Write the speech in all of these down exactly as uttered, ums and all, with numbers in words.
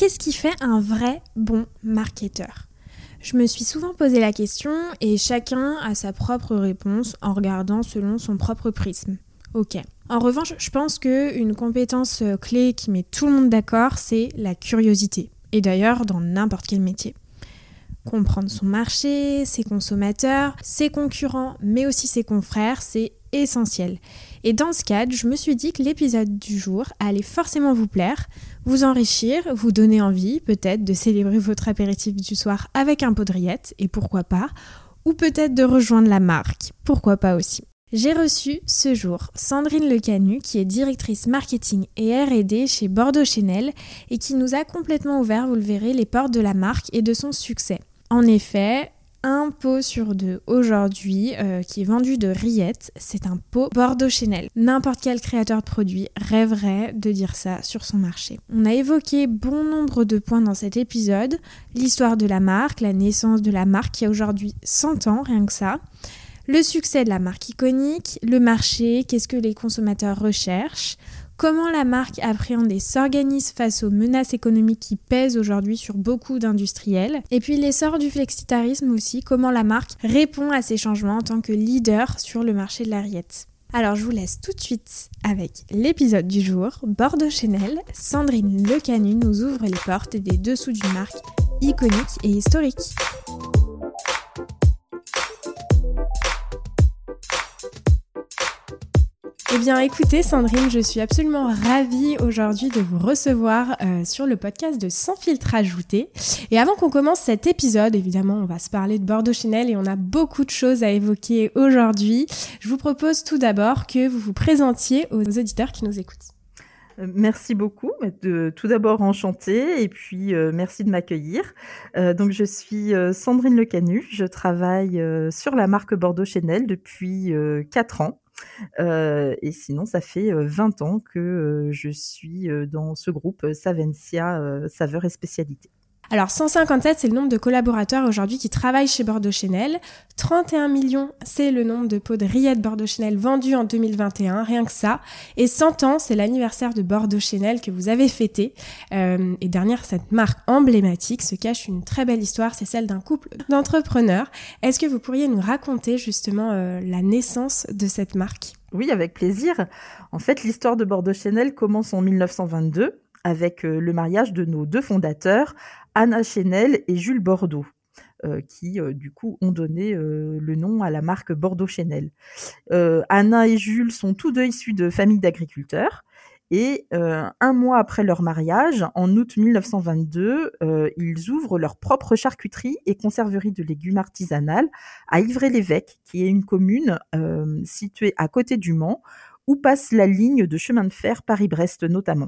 qu'est-ce qui fait un vrai bon marketeur ? Je me suis souvent posé la question et chacun a sa propre réponse en regardant selon son propre prisme. Ok. En revanche, je pense qu'une compétence clé qui met tout le monde d'accord, c'est la curiosité. Et d'ailleurs, dans n'importe quel métier. Comprendre son marché, ses consommateurs, ses concurrents, mais aussi ses confrères, c'est essentiel. Et dans ce cadre, je me suis dit que l'épisode du jour allait forcément vous plaire, vous enrichir, vous donner envie peut-être de célébrer votre apéritif du soir avec un pot de rillettes, et pourquoi pas, ou peut-être de rejoindre la marque, pourquoi pas aussi. J'ai reçu ce jour Sandrine Lecanu, qui est directrice marketing et R et D chez Bordeaux Chanel et qui nous a complètement ouvert, vous le verrez, les portes de la marque et de son succès. En effet, un pot sur deux aujourd'hui euh, qui est vendu de rillettes, c'est un pot Bordeaux Chanel. N'importe quel créateur de produits rêverait de dire ça sur son marché. On a évoqué bon nombre de points dans cet épisode, l'histoire de la marque, la naissance de la marque qui a aujourd'hui cent ans, rien que ça. Le succès de la marque iconique, le marché, qu'est-ce que les consommateurs recherchent, comment la marque appréhende et s'organise face aux menaces économiques qui pèsent aujourd'hui sur beaucoup d'industriels, et puis l'essor du flexitarisme aussi, comment la marque répond à ces changements en tant que leader sur le marché de la rillette. Alors je vous laisse tout de suite avec l'épisode du jour. Bordeaux Chanel, Sandrine Lecanu nous ouvre les portes des dessous d'une marque iconique et historique. Eh bien écoutez Sandrine, je suis absolument ravie aujourd'hui de vous recevoir euh, sur le podcast de Sans filtre ajouté. Et avant qu'on commence cet épisode, évidemment on va se parler de Bordeaux Chanel et on a beaucoup de choses à évoquer aujourd'hui. Je vous propose tout d'abord que vous vous présentiez aux auditeurs qui nous écoutent. Merci beaucoup. De, tout d'abord enchantée et puis euh, merci de m'accueillir. Euh, donc je suis euh, Sandrine Lecanu. Je travaille euh, sur la marque Bordeaux Chanel depuis euh, quatre ans. Euh, et sinon, ça fait euh, vingt ans que euh, je suis euh, dans ce groupe Savencia euh, Saveurs et Spécialités. Alors cent cinquante-sept, c'est le nombre de collaborateurs aujourd'hui qui travaillent chez Bordeaux Chanel. trente et un millions, c'est le nombre de pots de rillettes Bordeaux Chanel vendus en deux mille vingt et un, rien que ça. Et cent ans, c'est l'anniversaire de Bordeaux Chanel que vous avez fêté. Euh, et derrière cette marque emblématique se cache une très belle histoire, c'est celle d'un couple d'entrepreneurs. Est-ce que vous pourriez nous raconter justement euh, la naissance de cette marque ? Oui, avec plaisir. En fait, l'histoire de Bordeaux Chanel commence en dix-neuf cent vingt-deux avec euh, le mariage de nos deux fondateurs, Anna Chanel et Jules Bordeaux, euh, qui euh, du coup ont donné euh, le nom à la marque Bordeaux Chanel. Euh, Anna et Jules sont tous deux issus de familles d'agriculteurs et euh, un mois après leur mariage, en août dix-neuf cent vingt-deux, euh, ils ouvrent leur propre charcuterie et conserverie de légumes artisanale à Ivray-l'Évêque, qui est une commune euh, située à côté du Mans, où passe la ligne de chemin de fer Paris-Brest notamment.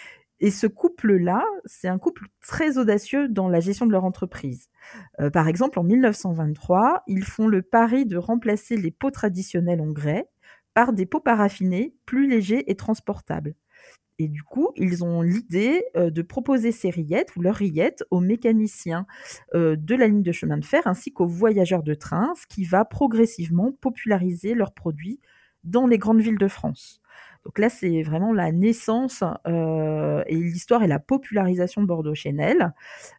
Et ce couple-là, c'est un couple très audacieux dans la gestion de leur entreprise. Euh, par exemple, en dix-neuf cent vingt-trois, ils font le pari de remplacer les pots traditionnels en grès par des pots paraffinés plus légers et transportables. Et du coup, ils ont l'idée euh, de proposer ces rillettes ou leurs rillettes aux mécaniciens euh, de la ligne de chemin de fer ainsi qu'aux voyageurs de train, ce qui va progressivement populariser leurs produits dans les grandes villes de France. Donc là, c'est vraiment la naissance euh, et l'histoire et la popularisation de Bordeaux Chanel.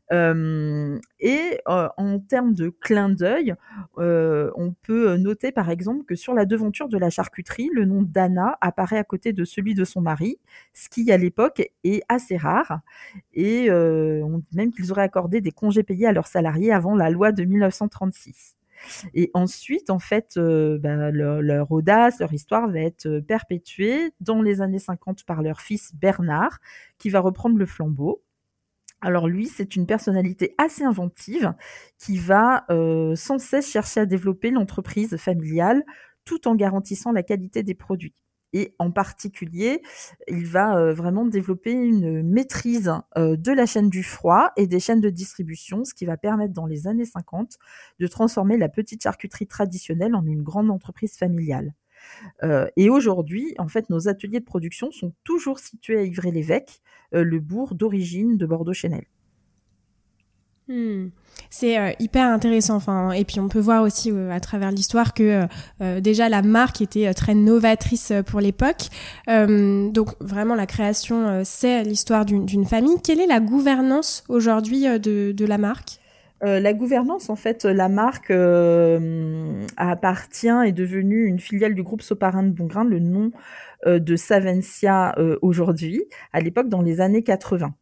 Euh, et euh, en termes de clin d'œil, euh, on peut noter par exemple que sur la devanture de la charcuterie, le nom d'Anna apparaît à côté de celui de son mari, ce qui à l'époque est assez rare. Et euh, on dit même qu'ils auraient accordé des congés payés à leurs salariés avant la loi de dix-neuf cent trente-six. Et ensuite, en fait, euh, bah, leur, leur audace, leur histoire va être perpétuée dans les années cinquante par leur fils Bernard, qui va reprendre le flambeau. Alors lui, c'est une personnalité assez inventive qui va euh, sans cesse chercher à développer l'entreprise familiale tout en garantissant la qualité des produits. Et en particulier, il va euh, vraiment développer une maîtrise euh, de la chaîne du froid et des chaînes de distribution, ce qui va permettre dans les années cinquante de transformer la petite charcuterie traditionnelle en une grande entreprise familiale. Euh, et aujourd'hui, en fait, nos ateliers de production sont toujours situés à Ivray-l'Évêque, euh, le bourg d'origine de Bordeaux Chanel. Hmm. C'est euh, hyper intéressant. Enfin, et puis on peut voir aussi euh, à travers l'histoire que euh, déjà la marque était euh, très novatrice pour l'époque. Euh, donc vraiment la création, euh, c'est l'histoire d'une, d'une famille. Quelle est la gouvernance aujourd'hui euh, de, de la marque ? Euh, la gouvernance, en fait, la marque euh, appartient, est devenue une filiale du groupe Soparin de Bongrain, le nom euh, de Savencia euh, aujourd'hui, à l'époque dans les années quatre-vingts.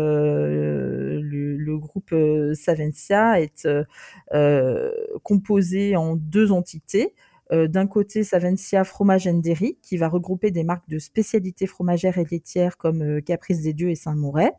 Euh, le, le groupe euh, Savencia est euh, euh, composé en deux entités. Euh, d'un côté, Savencia Fromage and Dairy, qui va regrouper des marques de spécialités fromagères et laitières comme euh, Caprice des Dieux et Saint-Moret.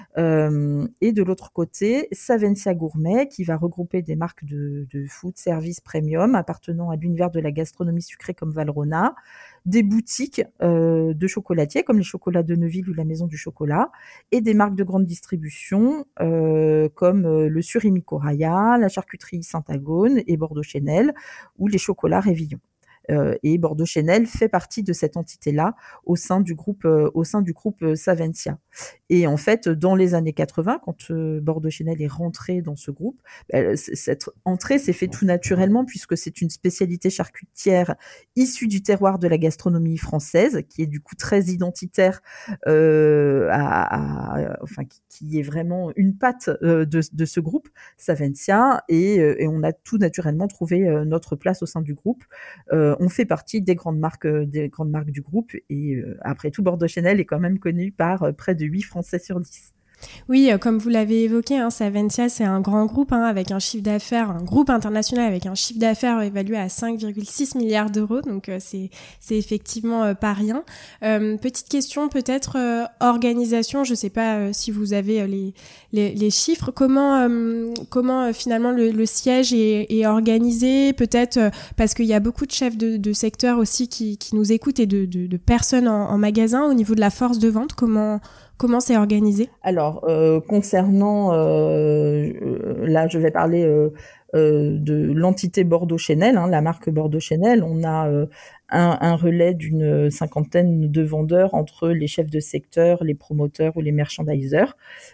Euh, et de l'autre côté, Savencia Gourmet, qui va regrouper des marques de, de food service premium appartenant à l'univers de la gastronomie sucrée comme Valrhona, des boutiques euh, de chocolatiers comme les chocolats de Neuville ou la Maison du Chocolat, et des marques de grande distribution euh, comme euh, le Surimi Coraya, la charcuterie Saint-Agone et Bordeaux Chenel, ou les chocolats Révillon. Euh, et Bordeaux Chenel fait partie de cette entité-là au sein du groupe, euh, au sein du groupe euh, Savencia. Et en fait, dans les années quatre-vingts, quand euh, Bordeaux Chenel est rentré dans ce groupe, euh, cette entrée s'est faite tout naturellement puisque c'est une spécialité charcutière issue du terroir de la gastronomie française, qui est du coup très identitaire, euh, à, à, enfin qui, qui est vraiment une patte euh, de, de ce groupe Savencia, et, euh, et on a tout naturellement trouvé euh, notre place au sein du groupe. Euh, on fait partie des grandes marques, euh, des grandes marques du groupe, et euh, après tout, Bordeaux Chenel est quand même connu par euh, près de huit Français sur dix. Oui, euh, comme vous l'avez évoqué, hein, Savencia, c'est un grand groupe hein, avec un chiffre d'affaires, un groupe international avec un chiffre d'affaires évalué à cinq virgule six milliards d'euros, donc euh, c'est, c'est effectivement euh, pas rien. Euh, petite question peut-être, euh, organisation, je sais pas euh, si vous avez euh, les, les, les chiffres, comment, euh, comment euh, finalement le, le siège est, est organisé, peut-être euh, parce qu'il y a beaucoup de chefs de, de secteur aussi qui, qui nous écoutent et de, de, de personnes en, en magasin, au niveau de la force de vente, comment... Comment c'est organisé ? Alors, euh, concernant, euh, là, je vais parler euh, euh, de l'entité Bordeaux Chenel, hein, la marque Bordeaux Chenel. On a euh, un, un relais d'une cinquantaine de vendeurs entre les chefs de secteur, les promoteurs ou les merchandisers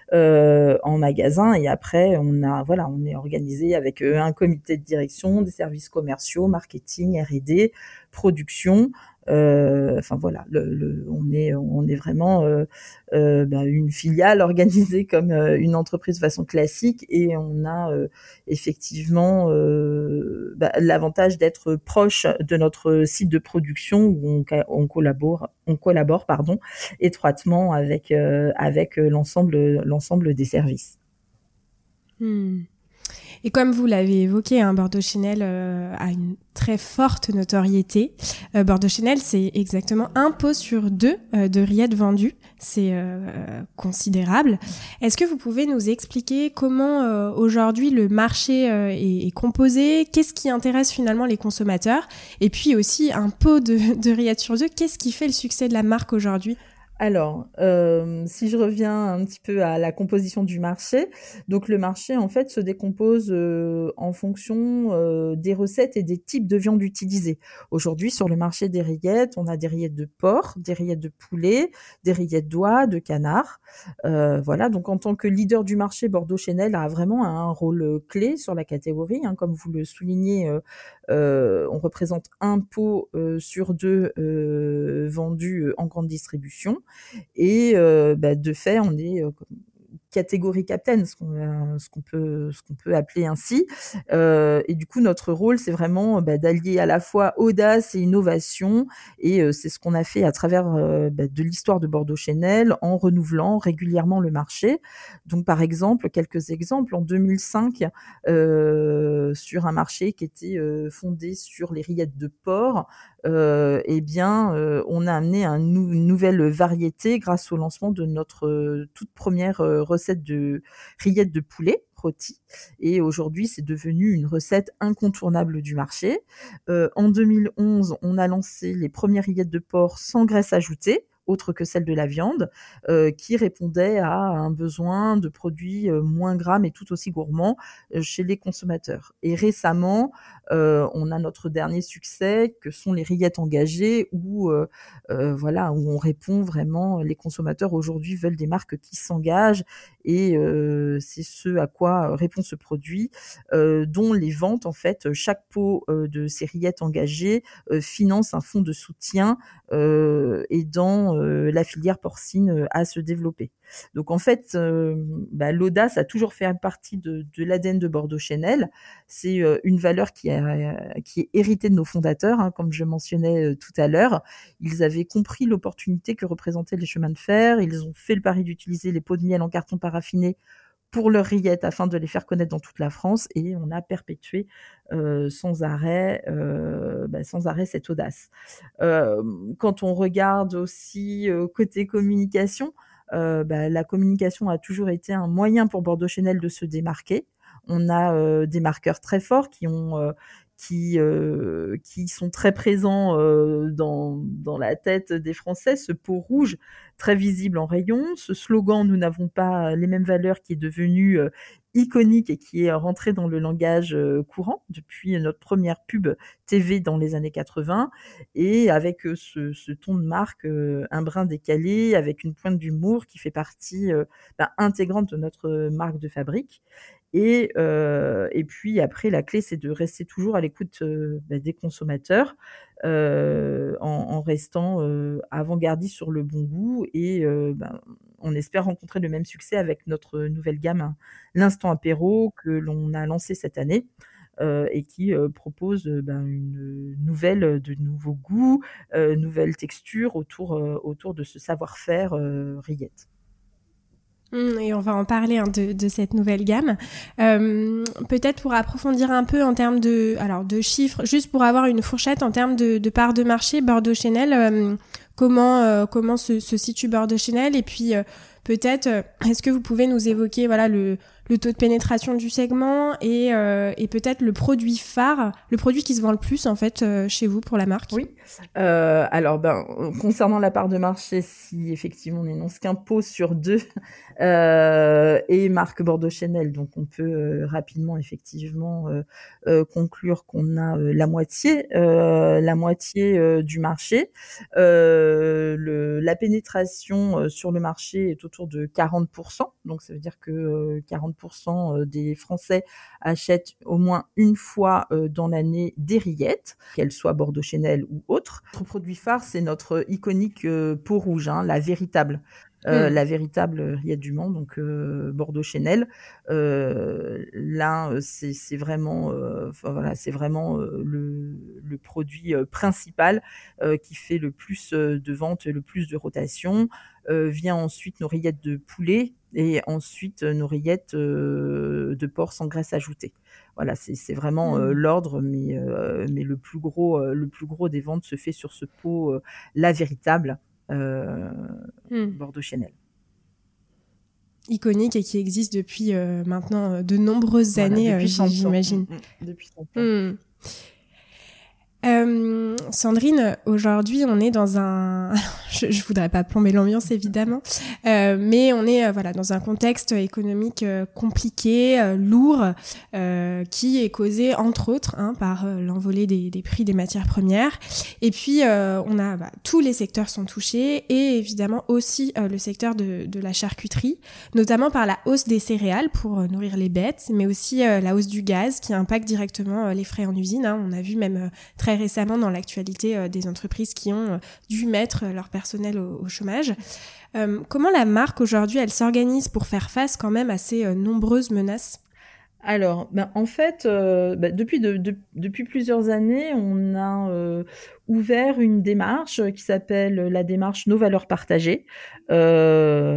euh, en magasin. Et après, on a, voilà, on est organisé avec euh, un comité de direction, des services commerciaux, marketing, R et D, production. Euh, enfin voilà, le, le, on est on est vraiment euh, euh, bah, une filiale organisée comme euh, une entreprise de façon classique, et on a euh, effectivement euh, bah, l'avantage d'être proche de notre site de production où on, on collabore on collabore pardon étroitement avec euh, avec l'ensemble l'ensemble des services. Hmm. Et comme vous l'avez évoqué, hein, Bordeaux Chenel euh, a une très forte notoriété. Euh, Bordeaux Chenel, c'est exactement un pot sur deux euh, de rillettes vendues. C'est euh, considérable. Est-ce que vous pouvez nous expliquer comment euh, aujourd'hui le marché euh, est, est composé ? Qu'est-ce qui intéresse finalement les consommateurs ? Et puis aussi, un pot de, de rillettes sur deux, qu'est-ce qui fait le succès de la marque aujourd'hui ? Alors, euh, si je reviens un petit peu à la composition du marché, donc le marché en fait se décompose euh, en fonction euh, des recettes et des types de viande utilisées. Aujourd'hui, sur le marché des rillettes, on a des rillettes de porc, des rillettes de poulet, des rillettes d'oie, de canard. Euh, voilà, donc en tant que leader du marché, Bordeaux Chenel a vraiment un rôle clé sur la catégorie, hein, comme vous le soulignez. Euh, Euh, on représente un pot euh, sur deux euh, vendu en grande distribution, et euh, bah, de fait on est euh, catégorie captain, ce qu'on, euh, ce qu'on peut, ce qu'on peut appeler ainsi. Euh, et du coup, notre rôle, c'est vraiment bah, d'allier à la fois audace et innovation. Et euh, c'est ce qu'on a fait à travers euh, bah, de l'histoire de Bordeaux Chenel, en renouvelant régulièrement le marché. Donc, par exemple, quelques exemples. En deux mille cinq, euh, sur un marché qui était euh, fondé sur les rillettes de porc, euh, eh bien, euh, on a amené un nou- une nouvelle variété grâce au lancement de notre euh, toute première euh, recette de rillettes de poulet rôti. Et aujourd'hui, c'est devenu une recette incontournable du marché. Euh, en deux mille onze, on a lancé les premières rillettes de porc sans graisse ajoutée. autre que celle de la viande, euh, qui répondait à un besoin de produits euh, moins gras mais tout aussi gourmands euh, chez les consommateurs. Et récemment, euh, on a notre dernier succès que sont les rillettes engagées où euh, euh, voilà où on répond vraiment, les consommateurs aujourd'hui veulent des marques qui s'engagent et euh, c'est ce à quoi répond ce produit, euh, dont les ventes, en fait, chaque pot euh, de ces rillettes engagées euh, finance un fonds de soutien euh, aidant euh, la filière porcine euh, à se développer. Donc en fait, euh, bah, l'audace a toujours fait partie de, de l'A D N de Bordeaux Chenel. C'est euh, une valeur qui, a, qui est héritée de nos fondateurs, hein, comme je mentionnais euh, tout à l'heure. Ils avaient compris l'opportunité que représentaient les chemins de fer. Ils ont fait le pari d'utiliser les pots de miel en carton paraffiné pour leurs rillettes afin de les faire connaître dans toute la France, et on a perpétué euh, sans arrêt, euh, bah, sans arrêt cette audace. Euh, quand on regarde aussi euh, côté communication, euh, bah, la communication a toujours été un moyen pour Bordeaux Chenel de se démarquer. On a euh, des marqueurs très forts qui ont euh, qui euh, qui sont très présents euh, dans dans la tête des Français. Ce pot rouge très visible en rayon, ce slogan "Nous n'avons pas les mêmes valeurs" qui est devenu euh, iconique et qui est rentré dans le langage euh, courant depuis notre première pub T V dans les années quatre-vingts, et avec euh, ce, ce ton de marque euh, un brin décalé, avec une pointe d'humour qui fait partie euh, ben, intégrante de notre marque de fabrique. Et, euh, et puis après, la clé, c'est de rester toujours à l'écoute euh, bah, des consommateurs, euh, en, en restant euh, avant-gardiste sur le bon goût. Et euh, ben, on espère rencontrer le même succès avec notre nouvelle gamme, hein, l'Instant Apéro, que l'on a lancé cette année. Euh, et qui euh, propose euh, ben, une nouvelle, de nouveaux goûts, euh, nouvelles textures autour, euh, autour de ce savoir-faire euh, rillette. Et on va en parler hein, de, de cette nouvelle gamme. Euh, peut-être pour approfondir un peu en termes de, alors de chiffres, juste pour avoir une fourchette en termes de, de part de marché, Bordeaux Chenel, euh, comment euh, comment se, se situe Bordeaux Chenel, et puis euh, peut-être euh, est-ce que vous pouvez nous évoquer voilà le le taux de pénétration du segment et euh, et peut-être le produit phare, le produit qui se vend le plus en fait euh, chez vous pour la marque. Oui. Euh, alors ben concernant la part de marché, si effectivement on n'énonce qu'un pot sur deux euh, et marque Bordeaux Chenel, donc on peut euh, rapidement effectivement euh, euh, conclure qu'on a euh, la moitié, euh, la moitié euh, du marché. Euh, le, la pénétration euh, sur le marché est autour de quarante pour cent, donc ça veut dire que euh, quarante pour cent des Français achètent au moins une fois euh, dans l'année des rillettes, qu'elles soient Bordeaux Chenel ou autres. Notre produit phare, c'est notre iconique euh, pot rouge, hein, la véritable. Euh, mmh. La véritable rillette du Mans, donc euh, Bordeaux Chenel. Euh, là, c'est, c'est vraiment, euh, voilà, c'est vraiment euh, le, le produit euh, principal euh, qui fait le plus euh, de ventes, le plus de rotation. Euh, vient ensuite nos rillettes de poulet et ensuite nos rillettes euh, de porc sans graisse ajoutée. Voilà, c'est, c'est vraiment euh, l'ordre, mais, euh, mais le plus gros, euh, le plus gros des ventes se fait sur ce pot, euh, la véritable. Euh, mmh. Bordeaux Chenel. Iconique et qui existe depuis euh, maintenant de nombreuses voilà, années, depuis euh, j'imagine. Mmh, mmh, depuis cent ans. Mmh. Euh, Sandrine, aujourd'hui, on est dans un, je, je voudrais pas plomber l'ambiance évidemment, euh, mais on est euh, voilà dans un contexte économique euh, compliqué, euh, lourd, euh, qui est causé entre autres hein, par euh, l'envolée des, des prix des matières premières. Et puis euh, on a bah, tous les secteurs sont touchés et évidemment aussi euh, le secteur de, de la charcuterie, notamment par la hausse des céréales pour euh, nourrir les bêtes, mais aussi euh, la hausse du gaz qui impacte directement euh, les frais en usine. Hein. On a vu même euh, très récemment dans l'actualité euh, des entreprises qui ont euh, dû mettre leur personnel au, au chômage. Euh, comment la marque aujourd'hui, elle s'organise pour faire face quand même à ces euh, nombreuses menaces ? Alors, ben, en fait, euh, ben, depuis, de, de, depuis plusieurs années, on a euh, ouvert une démarche qui s'appelle la démarche Nos valeurs partagées,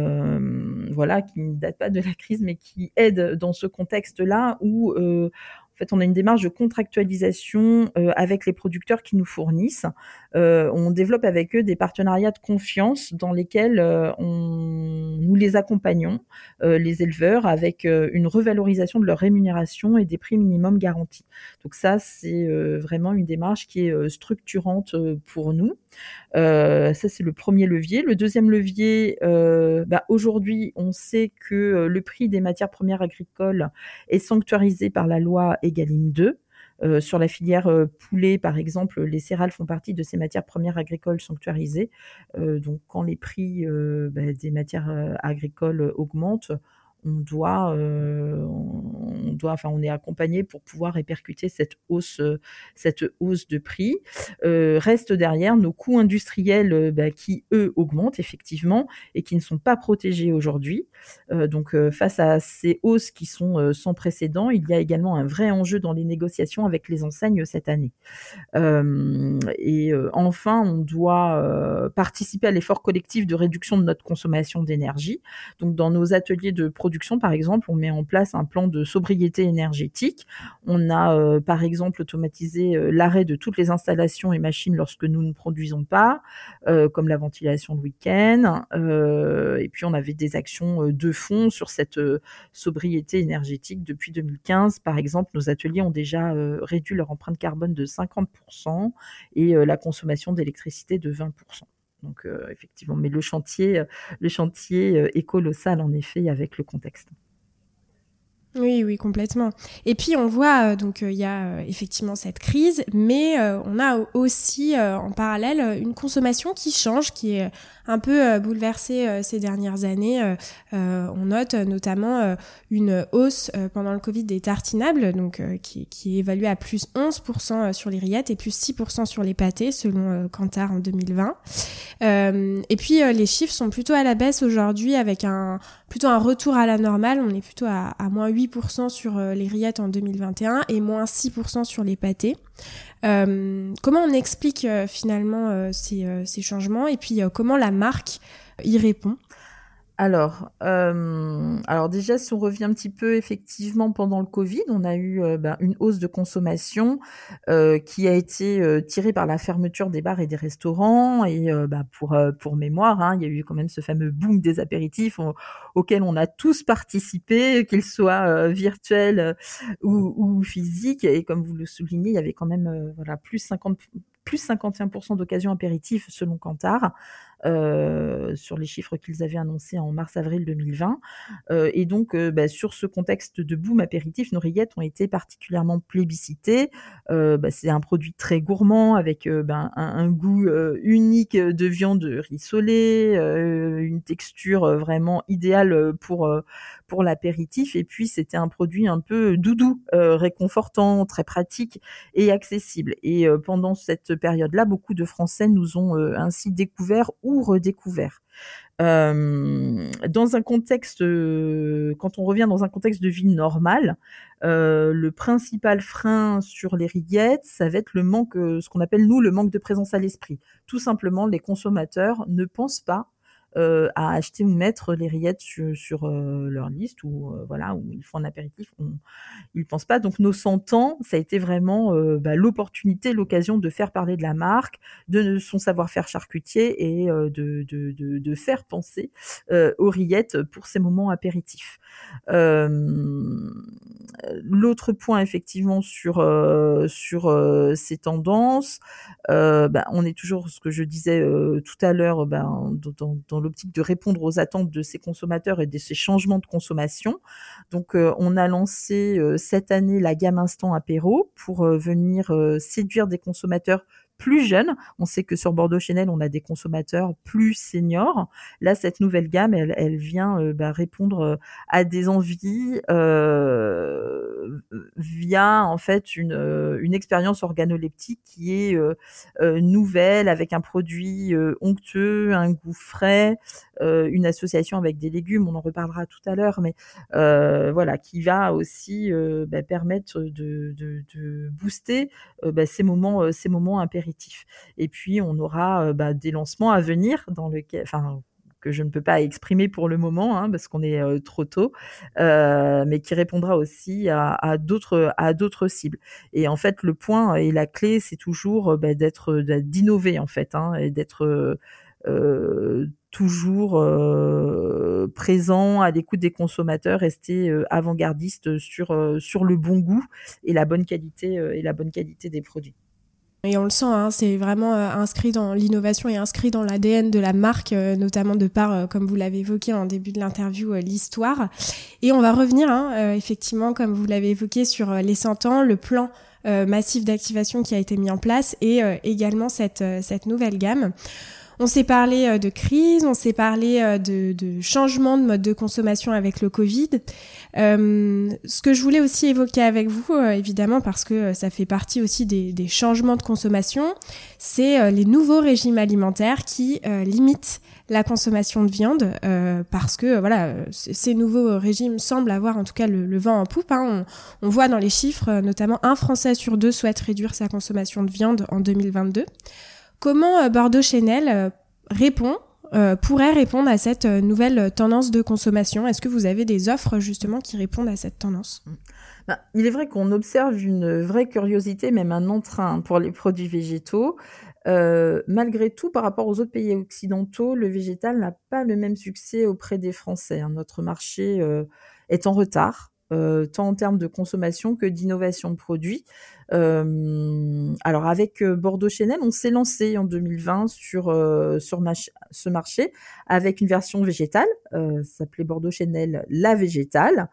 euh, voilà, qui ne date pas de la crise, mais qui aide dans ce contexte-là où euh, En fait, on a une démarche de contractualisation euh, avec les producteurs qui nous fournissent. Euh, on développe avec eux des partenariats de confiance dans lesquels euh, on, nous les accompagnons, euh, les éleveurs, avec euh, une revalorisation de leur rémunération et des prix minimums garantis. Donc ça, c'est euh, vraiment une démarche qui est euh, structurante euh, pour nous. Euh, ça, c'est le premier levier. Le deuxième levier, euh, bah, aujourd'hui, on sait que euh, le prix des matières premières agricoles est sanctuarisé par la loi Egalim deux. Euh, sur la filière euh, poulet, par exemple, les céréales font partie de ces matières premières agricoles sanctuarisées. Euh, donc, quand les prix euh, bah, des matières euh, agricoles augmentent, on doit, euh, on doit, enfin, on est accompagné pour pouvoir répercuter cette hausse, euh, cette hausse de prix. Euh, reste derrière nos coûts industriels euh, bah, qui, eux, augmentent effectivement et qui ne sont pas protégés aujourd'hui. Euh, donc, euh, face à ces hausses qui sont euh, sans précédent, il y a également un vrai enjeu dans les négociations avec les enseignes cette année. Euh, et euh, enfin, on doit euh, participer à l'effort collectif de réduction de notre consommation d'énergie. Donc, dans nos ateliers de production, par exemple, on met en place un plan de sobriété énergétique. On a, euh, par exemple, automatisé euh, l'arrêt de toutes les installations et machines lorsque nous ne produisons pas, euh, comme la ventilation le week-end. Euh, et puis, on avait des actions euh, de fond sur cette euh, sobriété énergétique depuis deux mille quinze. Par exemple, nos ateliers ont déjà euh, réduit leur empreinte carbone de cinquante pour cent et euh, la consommation d'électricité de vingt pour cent. Donc euh, effectivement, mais le chantier, le chantier euh, est colossal en effet avec le contexte. Oui, oui, complètement. Et puis on voit, euh, donc il euh, y a euh, effectivement cette crise, mais euh, on a aussi euh, en parallèle une consommation qui change, qui est un peu euh, bouleversée euh, ces dernières années. Euh, euh, on note euh, notamment euh, une hausse euh, pendant le Covid des tartinables, donc euh, qui, qui est évaluée à plus onze pour cent sur les rillettes et plus six pour cent sur les pâtés, selon euh, Kantar en deux mille vingt. Euh, et puis euh, les chiffres sont plutôt à la baisse aujourd'hui, avec un plutôt un retour à la normale. On est plutôt à, à moins huit pour cent sur euh, les rillettes en deux mille vingt et un et moins six pour cent sur les pâtés. Euh, comment on explique euh, finalement euh, ces, euh, ces changements, et puis euh, comment la marque y répond? Alors, euh, alors déjà, si on revient un petit peu, effectivement, pendant le Covid, on a eu euh, ben, une hausse de consommation euh, qui a été euh, tirée par la fermeture des bars et des restaurants. Et euh, ben, pour euh, pour mémoire, hein, il y a eu quand même ce fameux boom des apéritifs on, auquel on a tous participé, qu'ils soient euh, virtuels euh, ou, ou physiques. Et comme vous le soulignez, il y avait quand même euh, voilà plus cinquante plus cinquante et un pour cent d'occasions apéritifs selon Kantar. Euh, sur les chiffres qu'ils avaient annoncés en mars-avril deux mille vingt. Euh, et donc, euh, bah, sur ce contexte de boom apéritif, nos rillettes ont été particulièrement plébiscitées. Euh, bah, c'est un produit très gourmand avec euh, bah, un, un goût euh, unique de viande rissolée, euh, une texture euh, vraiment idéale pour euh, pour l'apéritif. Et puis, c'était un produit un peu doudou, euh, réconfortant, très pratique et accessible. Et euh, pendant cette période-là, beaucoup de Français nous ont euh, ainsi découvert ou redécouvert. Euh, dans un contexte, euh, quand on revient dans un contexte de vie normal, euh, le principal frein sur les rillettes, ça va être le manque, euh, ce qu'on appelle nous le manque de présence à l'esprit. Tout simplement, les consommateurs ne pensent pas euh, à acheter ou mettre les rillettes sur, sur euh, leur liste, ou euh, voilà, où ils font un apéritif. On, ils pensent pas. Donc nos cent ans, ça a été vraiment euh, bah, l'opportunité, l'occasion de faire parler de la marque, de son savoir-faire charcutier et euh, de, de, de, de faire penser euh, aux rillettes pour ces moments apéritifs. Euh, l'autre point effectivement sur euh, sur euh, ces tendances, euh, bah, on est toujours, ce que je disais euh, tout à l'heure, bah, dans, dans l'optique de répondre aux attentes de ces consommateurs et de ces changements de consommation. Donc euh, on a lancé euh, cette année la gamme Instant Apéro pour euh, venir euh, séduire des consommateurs plus jeunes. On sait que sur Bordeaux Chenel, on a des consommateurs plus seniors. Là, cette nouvelle gamme, elle, elle vient euh, bah, répondre euh, à des envies euh, via en fait une, euh, une expérience organoleptique qui est euh, euh, nouvelle, avec un produit euh, onctueux, un goût frais, euh, une association avec des légumes, on en reparlera tout à l'heure, mais euh, voilà, qui va aussi euh, bah, permettre de, de, de booster euh, bah, ces moments, euh, ces moments impératifs. Et puis on aura euh, bah, des lancements à venir dans lequel, enfin que je ne peux pas exprimer pour le moment, hein, parce qu'on est euh, trop tôt, euh, mais qui répondra aussi à, à d'autres à d'autres cibles. Et en fait, le point et la clé, c'est toujours euh, bah, d'être d'innover en fait, hein, et d'être euh, euh, toujours euh, présent à l'écoute des consommateurs, rester euh, avant-gardiste sur euh, sur le bon goût et la bonne qualité euh, et la bonne qualité des produits. Et on le sent, hein, c'est vraiment euh, inscrit dans l'innovation et inscrit dans l'A D N de la marque, euh, notamment de par, euh, comme vous l'avez évoqué en début de l'interview, euh, l'histoire. Et on va revenir, hein, euh, effectivement, comme vous l'avez évoqué, sur euh, les cent ans, le plan euh, massif d'activation qui a été mis en place et euh, également cette, euh, cette nouvelle gamme. On s'est parlé euh, de crise, on s'est parlé euh, de, de changement de mode de consommation avec le Covid. Euh, ce que je voulais aussi évoquer avec vous, euh, évidemment, parce que euh, ça fait partie aussi des, des changements de consommation, c'est euh, les nouveaux régimes alimentaires qui euh, limitent la consommation de viande, euh, parce que euh, voilà, c- ces nouveaux régimes semblent avoir en tout cas le, le vent en poupe. Hein. On, on voit dans les chiffres, euh, notamment un Français sur deux souhaite réduire sa consommation de viande en deux mille vingt-deux. Comment euh, Bordeaux Chanel euh, répond, euh, pourrait répondre à cette euh, nouvelle tendance de consommation ? Est-ce que vous avez des offres justement qui répondent à cette tendance ? Ben, il est vrai qu'on observe une vraie curiosité, même un entrain pour les produits végétaux. Euh, malgré tout, par rapport aux autres pays occidentaux, le végétal n'a pas le même succès auprès des Français, hein. Notre marché euh, est en retard, euh, tant en termes de consommation que d'innovation de produits. Euh, alors avec euh, Bordeaux Chanel, on s'est lancé en deux mille vingt sur euh, sur mach- ce marché avec une version végétale, euh, ça s'appelait Bordeaux Chanel la végétale.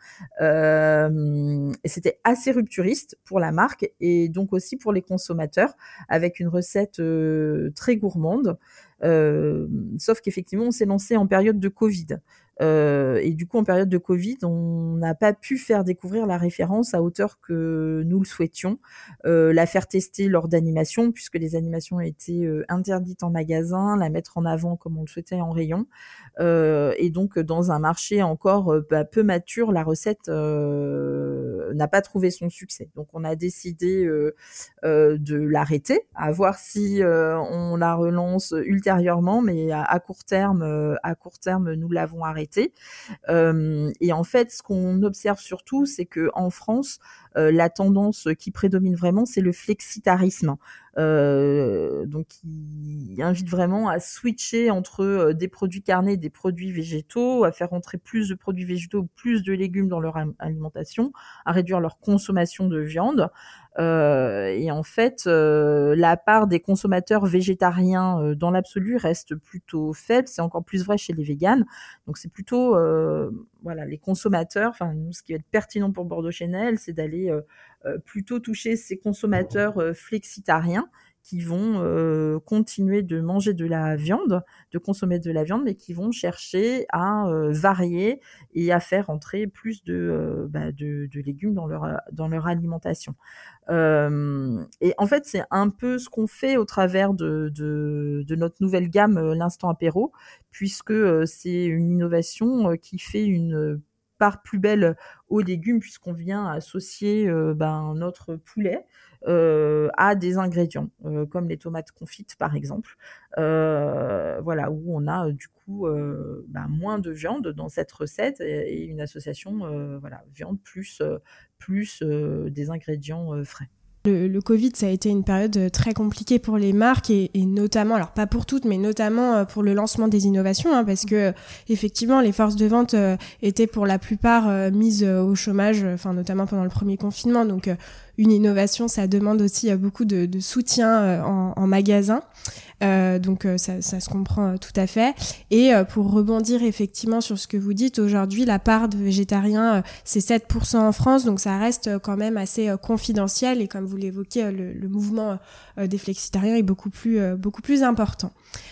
Euh, et c'était assez rupturiste pour la marque et donc aussi pour les consommateurs, avec une recette euh, très gourmande. Euh, sauf qu'effectivement, on s'est lancé en période de Covid. Euh, et du coup, en période de Covid, on n'a pas pu faire découvrir la référence à hauteur que nous le souhaitions, euh, la faire tester lors d'animations, puisque les animations étaient euh, interdites en magasin, la mettre en avant comme on le souhaitait en rayon. Euh, et donc, dans un marché encore euh, bah, peu mature, la recette euh, n'a pas trouvé son succès. Donc, on a décidé euh, euh, de l'arrêter, à voir si euh, on la relance ultérieurement, mais à, à court terme, euh, à court terme, nous l'avons arrêté. Euh, et en fait, ce qu'on observe surtout, c'est que en France, euh, la tendance qui prédomine vraiment, c'est le flexitarisme. Euh, donc, il invite vraiment à switcher entre euh, des produits carnés et des produits végétaux, à faire entrer plus de produits végétaux, plus de légumes dans leur am- alimentation, à réduire leur consommation de viande. Euh, et en fait, euh, la part des consommateurs végétariens euh, dans l'absolu reste plutôt faible. C'est encore plus vrai chez les véganes. Donc c'est plutôt euh, voilà les consommateurs. Enfin, nous, ce qui va être pertinent pour Bordeaux Chanel, c'est d'aller euh, euh, plutôt toucher ces consommateurs euh, flexitariens qui vont euh, continuer de manger de la viande, de consommer de la viande, mais qui vont chercher à euh, varier et à faire entrer plus de, euh, bah, de, de légumes dans leur, dans leur alimentation. Euh, et en fait, c'est un peu ce qu'on fait au travers de, de, de notre nouvelle gamme, euh, l'Instant Apéro, puisque euh, c'est une innovation euh, qui fait une part plus belle aux légumes, puisqu'on vient associer euh, ben, notre poulet euh, à des ingrédients, euh, comme les tomates confites par exemple, euh, voilà, où on a euh, du coup euh, ben, moins de viande dans cette recette et, et une association euh, voilà, viande plus, euh, plus euh, des ingrédients euh, frais. Le, le Covid, ça a été une période très compliquée pour les marques et, et notamment, alors pas pour toutes, mais notamment pour le lancement des innovations, hein, parce que effectivement, les forces de vente euh, étaient pour la plupart euh, mises au chômage, enfin notamment pendant le premier confinement. Donc, euh, une innovation, ça demande aussi euh, beaucoup de, de soutien euh, en, en magasin. Euh, donc euh, ça, ça se comprend euh, tout à fait. Et euh, pour rebondir effectivement sur ce que vous dites, aujourd'hui la part de végétariens euh, c'est sept pour cent en France, donc ça reste euh, quand même assez euh, confidentiel et comme vous l'évoquez, euh, le, le mouvement euh, des flexitariens est beaucoup plus, euh, beaucoup plus important.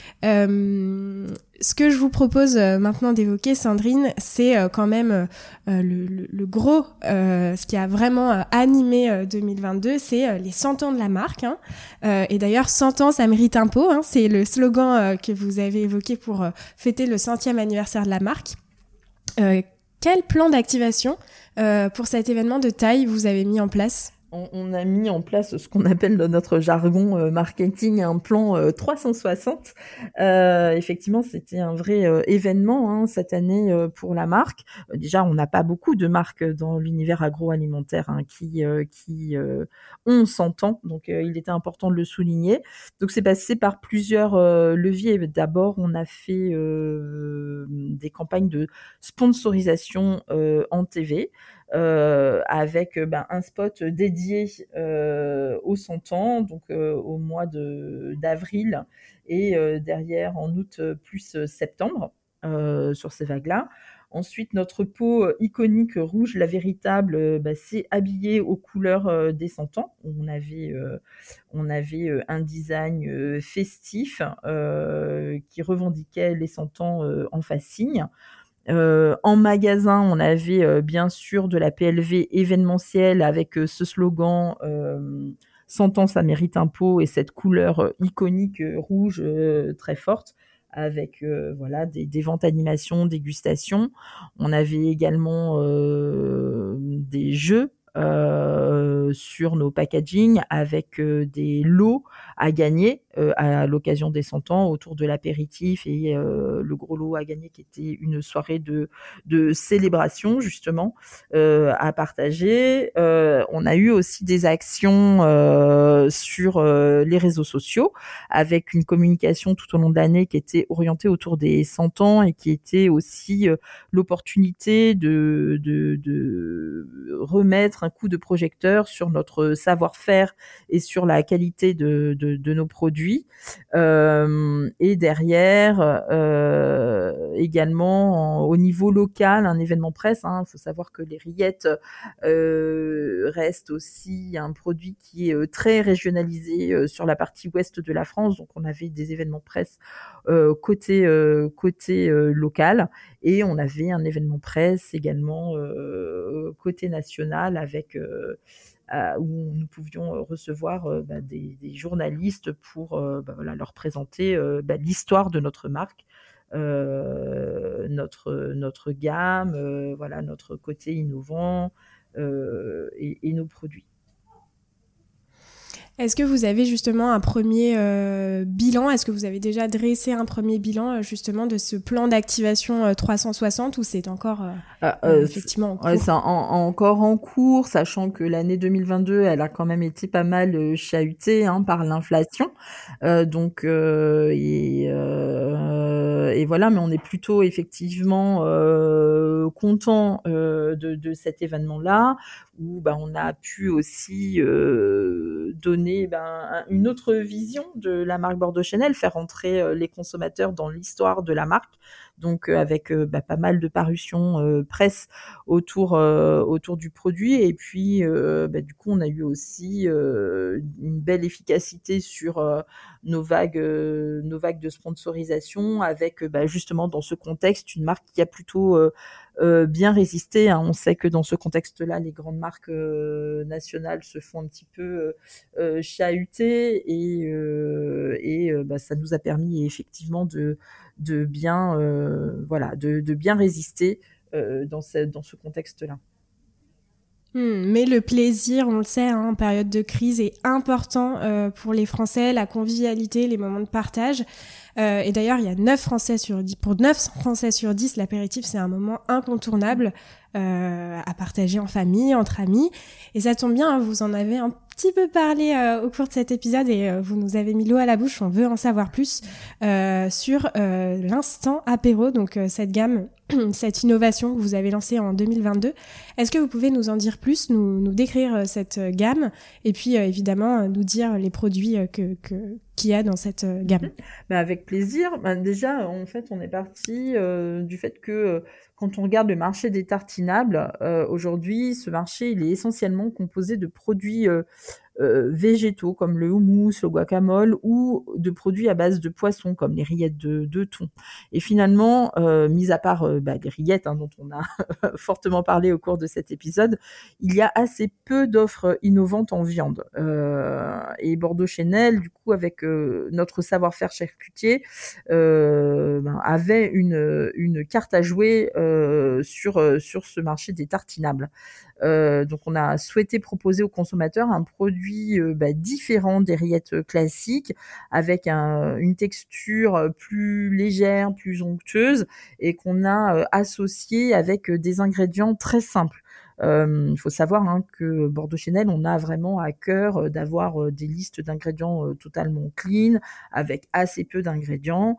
Euh, ce que je vous propose euh, maintenant d'évoquer, Sandrine, c'est euh, quand même euh, le, le, le gros, euh, ce qui a vraiment euh, animé euh, deux mille vingt-deux, c'est euh, les cent ans de la marque. Hein. Euh, et d'ailleurs, cent ans, ça mérite un pot. Hein, c'est le slogan euh, que vous avez évoqué pour euh, fêter le centième anniversaire de la marque. Euh, quel plan d'activation euh, pour cet événement de taille vous avez mis en place ? On, on a mis en place ce qu'on appelle dans notre jargon euh, marketing un plan euh, trois cent soixante. Euh, effectivement, c'était un vrai euh, événement hein, cette année euh, pour la marque. Euh, déjà, on n'a pas beaucoup de marques dans l'univers agroalimentaire hein, qui euh, qui euh, ont cent ans, donc euh, il était important de le souligner. Donc c'est passé par plusieurs euh, leviers. D'abord, on a fait euh, des campagnes de sponsorisation euh, en T V. Euh, avec euh, ben, un spot dédié euh, aux cent ans, donc euh, au mois de, d'avril, et euh, derrière en août plus septembre, euh, sur ces vagues-là. Ensuite, notre peau iconique rouge, la véritable, euh, bah, s'est habillée aux couleurs euh, des cent ans. On avait, euh, on avait euh, un design euh, festif euh, qui revendiquait les cent ans euh, en fascigne. Euh, en magasin, on avait euh, bien sûr de la P L V événementielle avec euh, ce slogan euh, cent ans, ça mérite un pot, et cette couleur euh, iconique euh, rouge euh, très forte avec euh, voilà des, des ventes animation, dégustation. On avait également euh, des jeux euh, sur nos packaging avec euh, des lots à gagner euh, à l'occasion des cent ans autour de l'apéritif et euh, le gros lot à gagner qui était une soirée de, de célébration justement euh, à partager. Euh, on a eu aussi des actions euh, sur euh, les réseaux sociaux avec une communication tout au long de l'année qui était orientée autour des cent ans et qui était aussi euh, l'opportunité de, de, de remettre un coup de projecteur sur notre savoir-faire et sur la qualité de, de, de nos produits. Euh, et derrière, euh, également en, au niveau local, un événement presse. Il hein, faut savoir que les rillettes euh, restent aussi un produit qui est euh, très régionalisé euh, sur la partie ouest de la France. Donc on avait des événements presse euh, côté euh, côté euh, local et on avait un événement presse également euh, côté national avec euh, euh, où nous pouvions recevoir euh, bah, des, des journalistes pour euh, bah, voilà, leur présenter euh, bah, l'histoire de notre marque, euh, notre notre gamme, euh, voilà notre côté innovant euh, et, et nos produits. Est-ce que vous avez justement un premier euh, bilan ? Est-ce que vous avez déjà dressé un premier bilan euh, justement de ce plan d'activation euh, trois cent soixante ou c'est encore euh, ah, euh, effectivement en cours ? Ouais, c'est en, en, encore en cours, sachant que l'année deux mille vingt-deux, elle a quand même été pas mal euh, chahutée hein, par l'inflation. Euh, donc euh, et, euh, et voilà, mais on est plutôt effectivement euh, content euh, de, de cet événement-là, où bah, on a pu aussi euh, donner ben, une autre vision de la marque Bordeaux Chanel, faire entrer euh, les consommateurs dans l'histoire de la marque, donc euh, avec euh, bah, pas mal de parutions euh, presse autour euh, autour du produit, et puis euh, bah, du coup on a eu aussi euh, une belle efficacité sur euh, nos vagues euh, nos vagues de sponsorisation, avec bah, justement dans ce contexte une marque qui a plutôt euh, euh, bien résisté hein. On sait que dans ce contexte-là, les grandes marques euh, nationales se font un petit peu euh, chahuter, et euh, et euh, bah, ça nous a permis effectivement de de bien euh, voilà de, de bien résister euh, dans ce dans ce contexte-là. Mmh, mais le plaisir, on le sait, hein, en période de crise, est important euh, pour les Français, la convivialité, les moments de partage. Euh, et d'ailleurs, il y a neuf Français sur dix, pour neuf Français sur dix, l'apéritif, c'est un moment incontournable euh, à partager en famille, entre amis. Et ça tombe bien, hein, vous en avez un petit peu parlé euh, au cours de cet épisode et euh, vous nous avez mis l'eau à la bouche. On veut en savoir plus euh, sur euh, l'instant apéro, donc euh, cette gamme, cette innovation que vous avez lancée en deux mille vingt-deux. Est-ce que vous pouvez nous en dire plus, nous, nous décrire euh, cette gamme et puis euh, évidemment euh, nous dire les produits euh, que, que, qu'il y a dans cette euh, gamme ? Bah avec plaisir. Bah déjà, en fait, on est parti euh, du fait que euh, quand on regarde le marché des tartinables, euh, aujourd'hui, ce marché, il est essentiellement composé de produits euh, euh, végétaux comme le houmous, le guacamole, ou de produits à base de poissons comme les rillettes de, de thon. Et finalement, euh, mis à part euh, bah, les rillettes hein, dont on a fortement parlé au cours de cet épisode, il y a assez peu d'offres innovantes en viande. Euh, et Bordeaux Chenel, du coup, avec euh, notre savoir-faire charcutier, euh, ben, avait une, une carte à jouer euh, sur, sur ce marché des tartinables. Euh, donc on a souhaité proposer aux consommateurs un produit euh, bah, différent des rillettes classiques, avec un, une texture plus légère, plus onctueuse, et qu'on a euh, associé avec des ingrédients très simples. Euh, il faut savoir hein, que Bordeaux Chenel, on a vraiment à cœur d'avoir euh, des listes d'ingrédients euh, totalement clean, avec assez peu d'ingrédients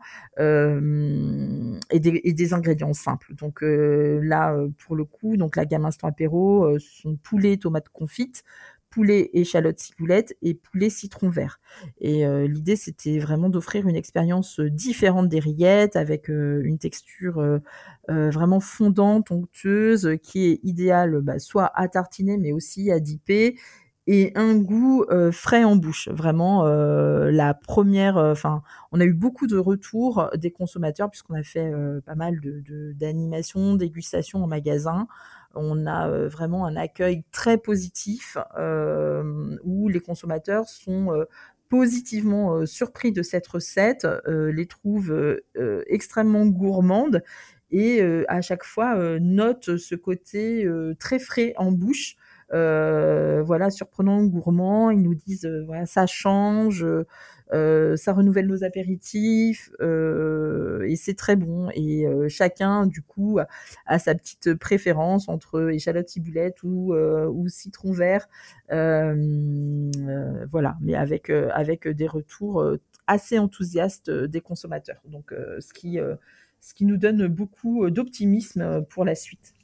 euh, et, des, et des ingrédients simples. Donc euh, là, pour le coup, donc la gamme Instant Apéro euh, sont poulet, tomates confites, poulet échalote ciboulette et poulet citron vert. Et euh, l'idée, c'était vraiment d'offrir une expérience différente des rillettes, avec euh, une texture euh, euh, vraiment fondante, onctueuse, qui est idéale bah, soit à tartiner, mais aussi à dipper, et un goût euh, frais en bouche. Vraiment, euh, la première... Enfin, euh, on a eu beaucoup de retours des consommateurs, puisqu'on a fait euh, pas mal de, de, d'animations, dégustations en magasin. On a euh, vraiment un accueil très positif euh, où les consommateurs sont euh, positivement euh, surpris de cette recette, euh, les trouvent euh, euh, extrêmement gourmandes et euh, à chaque fois euh, notent ce côté euh, très frais en bouche. Euh, voilà, surprenant, gourmand. Ils nous disent euh, voilà, ça change, euh, ça renouvelle nos apéritifs euh, et c'est très bon. Et euh, chacun du coup a, a sa petite préférence entre échalote ciboulette ou euh, ou citron vert. Euh, euh, voilà, mais avec euh, avec des retours assez enthousiastes des consommateurs. Donc euh, ce qui euh, ce qui nous donne beaucoup d'optimisme pour la suite.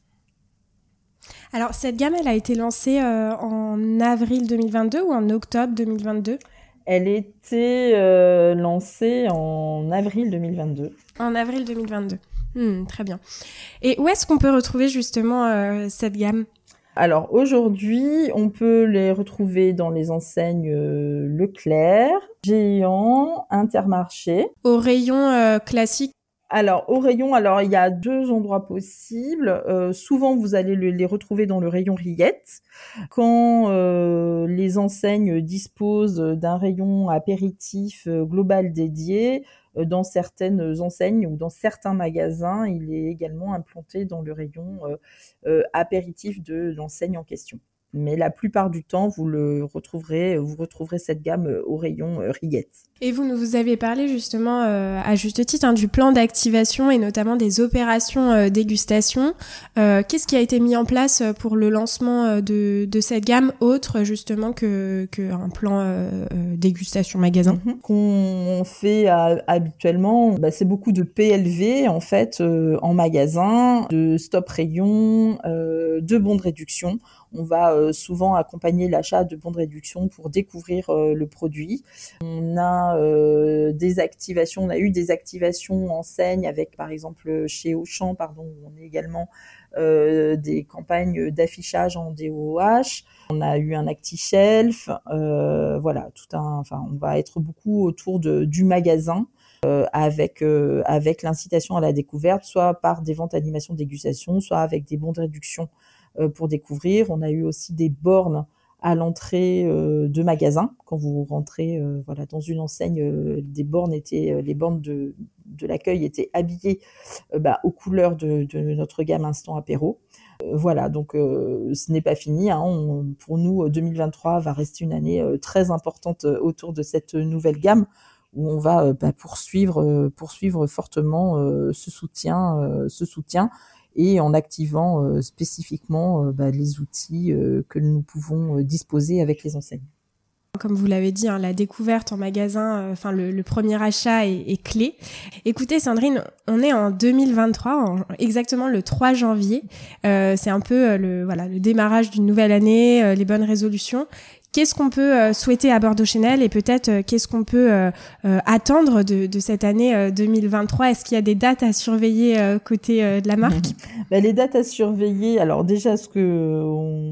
Alors, cette gamme, elle a été lancée euh, en avril deux mille vingt-deux ou en octobre deux mille vingt-deux ? Elle était euh, lancée en avril deux mille vingt-deux. En avril deux mille vingt-deux. Hmm, très bien. Et où est-ce qu'on peut retrouver justement euh, cette gamme ? Alors, aujourd'hui, on peut les retrouver dans les enseignes euh, Leclerc, Géant, Intermarché. Au rayon euh, classique ? Alors, au rayon, alors il y a deux endroits possibles. Euh, souvent, vous allez le, les retrouver dans le rayon rillettes. Quand euh, les enseignes disposent d'un rayon apéritif euh, global dédié, euh, dans certaines enseignes ou dans certains magasins, il est également implanté dans le rayon euh, euh, apéritif de l'enseigne en question. Mais la plupart du temps, vous le retrouverez, vous retrouverez cette gamme au rayon euh, rillettes. Et vous nous avez parlé justement, euh, à juste titre, hein, du plan d'activation et notamment des opérations euh, dégustation. Euh, qu'est-ce qui a été mis en place pour le lancement de, de cette gamme autre justement que, que un plan euh, dégustation magasin ? Mm-hmm. Qu'on fait à, habituellement, bah, c'est beaucoup de P L V en fait euh, en magasin, de stop rayon, euh, de bons de réduction. On va euh, souvent accompagner l'achat de bons de réduction pour découvrir euh, le produit. On a euh, des activations, on a eu des activations enseigne avec, par exemple, chez Auchan, pardon, on a également euh, des campagnes d'affichage en D O H. On a eu un ActiShelf, euh, voilà, tout un, enfin, on va être beaucoup autour de, du magasin. Euh, avec euh, avec l'incitation à la découverte, soit par des ventes animation dégustation, soit avec des bons de réduction euh, pour découvrir. On a eu aussi des bornes à l'entrée euh, de magasins. Quand vous rentrez euh, voilà dans une enseigne, euh, des bornes étaient euh, les bornes de de l'accueil étaient habillées euh, bah, aux couleurs de, de notre gamme Instant Apéro. Euh, voilà, donc euh, ce n'est pas fini. Hein. On, pour nous, deux mille vingt-trois va rester une année euh, très importante euh, autour de cette nouvelle gamme, où on va euh, bah, poursuivre, euh, poursuivre fortement euh, ce soutien, euh, ce soutien, et en activant euh, spécifiquement euh, bah, les outils euh, que nous pouvons euh, disposer avec les enseignes. Comme vous l'avez dit, hein, la découverte en magasin, enfin euh, le, le premier achat est, est clé. Écoutez Sandrine, on est en deux mille vingt-trois, en, exactement le trois janvier. Euh, c'est un peu euh, le voilà le démarrage d'une nouvelle année, euh, les bonnes résolutions. Qu'est-ce qu'on peut euh, souhaiter à Bordeaux Chenel et peut-être euh, qu'est-ce qu'on peut euh, euh, attendre de, de cette année euh, deux mille vingt-trois ? Est-ce qu'il y a des dates à surveiller euh, côté euh, de la marque ? Ben, les dates à surveiller, alors déjà ce que on,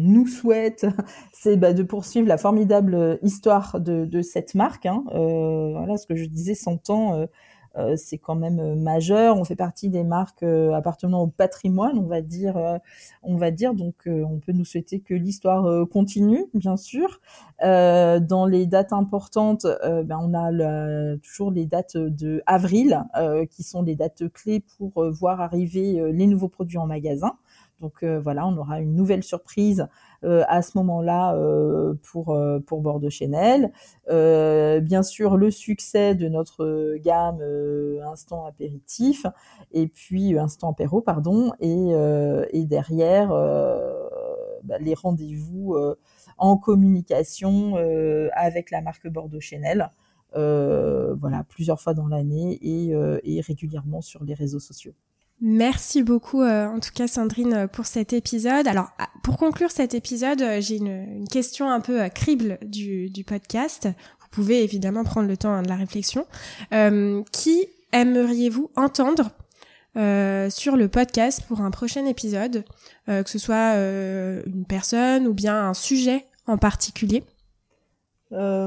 nous souhaite, c'est bah, de poursuivre la formidable histoire de, de cette marque. Hein. Euh, voilà, ce que je disais, cent ans, euh, euh, c'est quand même majeur. On fait partie des marques euh, appartenant au patrimoine, on va dire. Euh, on va dire. Donc, euh, on peut nous souhaiter que l'histoire euh, continue, bien sûr. Euh, dans les dates importantes, euh, ben, on a la, toujours les dates de avril, euh, qui sont les dates clés pour euh, voir arriver euh, les nouveaux produits en magasin. Donc euh, voilà, on aura une nouvelle surprise euh, à ce moment-là euh, pour euh, pour Bordeaux Chanel. Euh, bien sûr, le succès de notre gamme euh, Instant Apéritif et puis euh, Instant Apéro, pardon, et euh, et derrière euh, bah, les rendez-vous euh, en communication euh, avec la marque Bordeaux Chanel. Euh, voilà, plusieurs fois dans l'année et, euh, et régulièrement sur les réseaux sociaux. Merci beaucoup, euh, en tout cas Sandrine, pour cet épisode. Alors, pour conclure cet épisode, j'ai une, une question un peu euh, crible du, du podcast. Vous pouvez évidemment prendre le temps hein, de la réflexion. Euh, qui aimeriez-vous entendre euh, sur le podcast pour un prochain épisode, euh, que ce soit euh, une personne ou bien un sujet en particulier? Euh,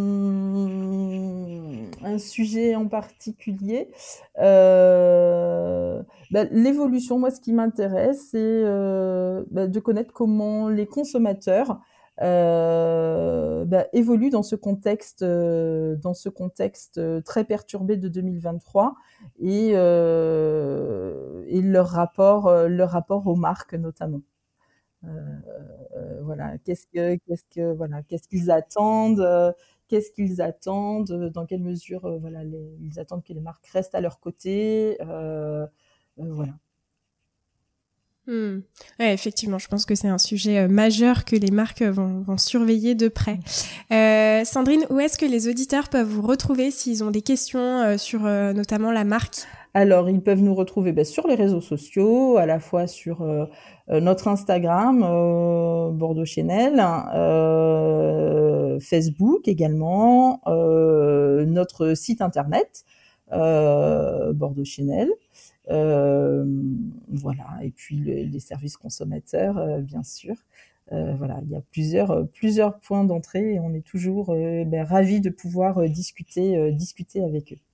un sujet en particulier. Euh, bah, l'évolution, moi, ce qui m'intéresse, c'est euh, bah, de connaître comment les consommateurs euh, bah, évoluent dans ce contexte, euh, dans ce contexte très perturbé de deux mille vingt-trois et, euh, et leur rapport, leur rapport aux marques notamment. Euh, euh, voilà, qu'est-ce que, qu'est-ce que, voilà, qu'est-ce qu'ils attendent, euh, qu'est-ce qu'ils attendent, dans quelle mesure, euh, voilà, les, ils attendent que les marques restent à leur côté, euh, euh, voilà. Hmm. Ouais, effectivement, je pense que c'est un sujet euh, majeur que les marques vont, vont surveiller de près. Euh, Sandrine, où est-ce que les auditeurs peuvent vous retrouver s'ils ont des questions euh, sur euh, notamment la marque? Alors, ils peuvent nous retrouver bah, sur les réseaux sociaux, à la fois sur euh, notre Instagram, euh, Bordeaux Chanel, euh, Facebook également, euh, notre site internet, euh, Bordeaux Chanel, euh, voilà, et puis le, les services consommateurs, euh, bien sûr. Euh, voilà, il y a plusieurs plusieurs points d'entrée et on est toujours euh, ben, ravis de pouvoir euh, discuter euh, discuter avec eux.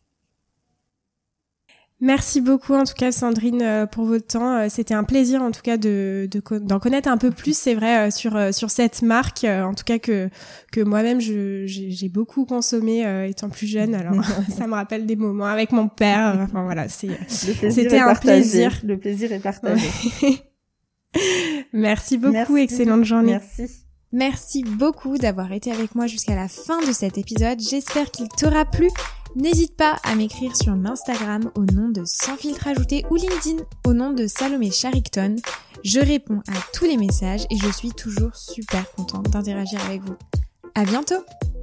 Merci beaucoup en tout cas Sandrine pour votre temps. C'était un plaisir en tout cas de, de d'en connaître un peu plus, c'est vrai, sur sur cette marque. En tout cas que que moi-même je j'ai, j'ai beaucoup consommé euh, étant plus jeune. Alors ça me rappelle des moments avec mon père. Enfin voilà, c'est c'était un partagé. plaisir. Le plaisir est partagé. Merci beaucoup. Merci. Excellente journée. Merci. Merci beaucoup d'avoir été avec moi jusqu'à la fin de cet épisode. J'espère qu'il t'aura plu. N'hésite pas à m'écrire sur Instagram au nom de Sans Filtre Ajouté ou LinkedIn au nom de Salomé Charicton. Je réponds à tous les messages et je suis toujours super contente d'interagir avec vous. À bientôt!